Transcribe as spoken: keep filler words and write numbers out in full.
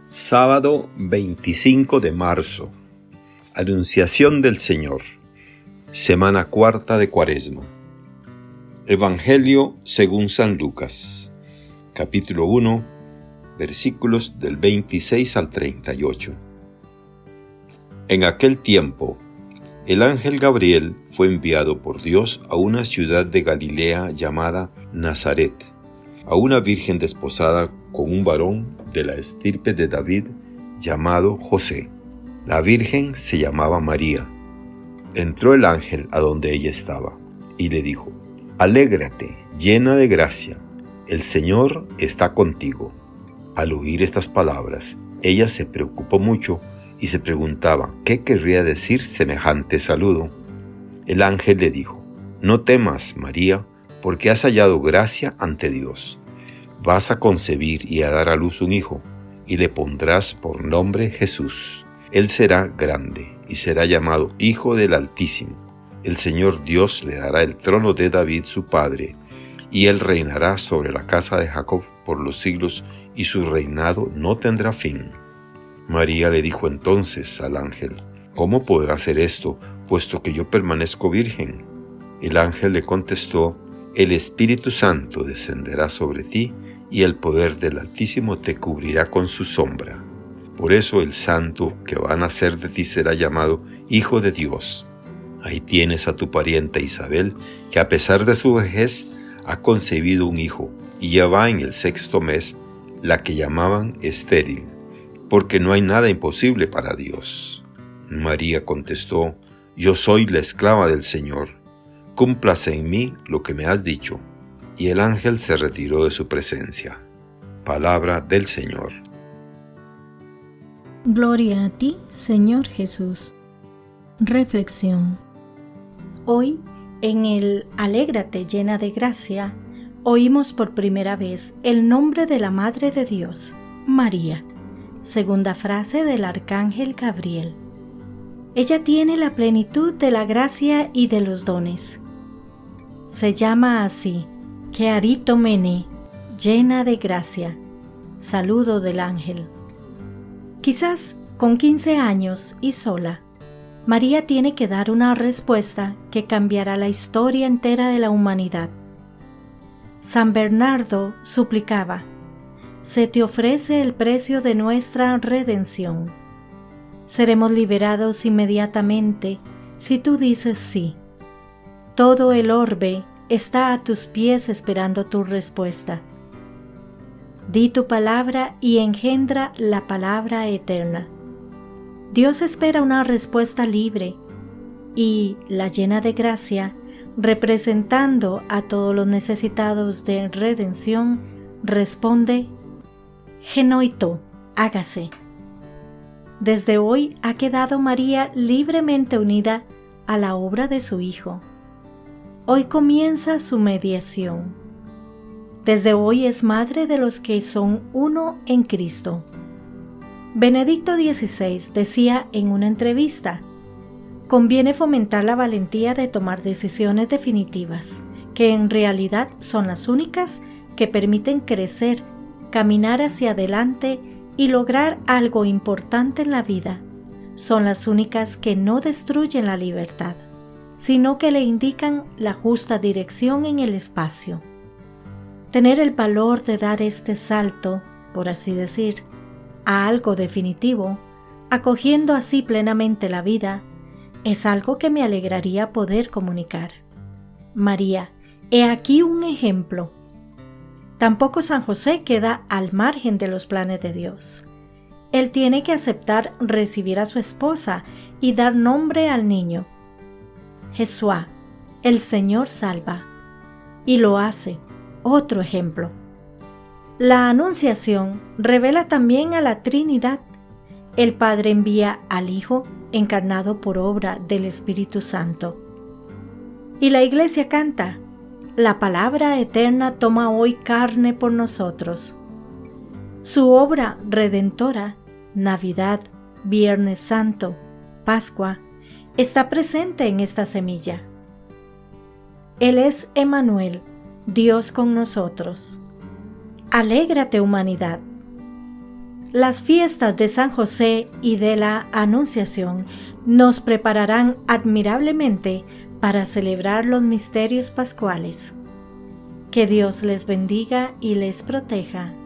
Sábado veinticinco de marzo. Anunciación del Señor. Semana cuarta de Cuaresma. Evangelio según San Lucas. Capítulo uno, versículos del veintiséis al treinta y ocho. En aquel tiempo, el ángel Gabriel fue enviado por Dios a una ciudad de Galilea llamada Nazaret, a una virgen desposada con un varón de la estirpe de David llamado José. La virgen se llamaba María. Entró el ángel a donde ella estaba y le dijo: «Alégrate, llena de gracia, el Señor está contigo». Al oír estas palabras, ella se preocupó mucho y se preguntaba qué querría decir semejante saludo. El ángel le dijo: «No temas, María, porque has hallado gracia ante Dios. Vas a concebir y a dar a luz un hijo, y le pondrás por nombre Jesús. Él será grande, y será llamado Hijo del Altísimo. El Señor Dios le dará el trono de David su padre, y él reinará sobre la casa de Jacob por los siglos, y su reinado no tendrá fin». María le dijo entonces al ángel: «¿Cómo podrá ser esto, puesto que yo permanezco virgen?» El ángel le contestó: «El Espíritu Santo descenderá sobre ti, y el poder del Altísimo te cubrirá con su sombra. Por eso el santo que va a nacer de ti será llamado Hijo de Dios. Ahí tienes a tu parienta Isabel, que a pesar de su vejez ha concebido un hijo, y ya va en el sexto mes, la que llamaban estéril, porque no hay nada imposible para Dios». María contestó: «Yo soy la esclava del Señor. Cúmplase en mí lo que me has dicho». Y el ángel se retiró de su presencia. Palabra del Señor. Gloria a ti, Señor Jesús. Reflexión. Hoy, en el Alégrate llena de gracia, oímos por primera vez el nombre de la Madre de Dios, María, segunda frase del Arcángel Gabriel. Ella tiene la plenitud de la gracia y de los dones. Se llama así, Kearitomene, llena de gracia, saludo del ángel. Quizás con quince años y sola, María tiene que dar una respuesta que cambiará la historia entera de la humanidad. San Bernardo suplicaba: «Se te ofrece el precio de nuestra redención. Seremos liberados inmediatamente si tú dices sí. Todo el orbe está a tus pies esperando tu respuesta. Di tu palabra y engendra la palabra eterna». Dios espera una respuesta libre, y la llena de gracia, representando a todos los necesitados de redención, responde: «Genoito, hágase». Desde hoy ha quedado María libremente unida a la obra de su Hijo. Hoy comienza su mediación. Desde hoy es madre de los que son uno en Cristo. Benedicto dieciséis decía en una entrevista: «Conviene fomentar la valentía de tomar decisiones definitivas, que en realidad son las únicas que permiten crecer, caminar hacia adelante y lograr algo importante en la vida. Son las únicas que no destruyen la libertad, sino que le indican la justa dirección en el espacio». Tener el valor de dar este salto, por así decir, a algo definitivo, acogiendo así plenamente la vida, es algo que me alegraría poder comunicar. María, he aquí un ejemplo. Tampoco San José queda al margen de los planes de Dios. Él tiene que aceptar recibir a su esposa y dar nombre al niño. Jesúa, el Señor salva. Y lo hace. Otro ejemplo. La Anunciación revela también a la Trinidad. El Padre envía al Hijo encarnado por obra del Espíritu Santo. Y la Iglesia canta: «La palabra eterna toma hoy carne por nosotros». Su obra redentora, Navidad, Viernes Santo, Pascua, está presente en esta semilla. Él es Emmanuel, Dios con nosotros. Alégrate, humanidad. Las fiestas de San José y de la Anunciación nos prepararán admirablemente para celebrar los misterios pascuales. Que Dios les bendiga y les proteja.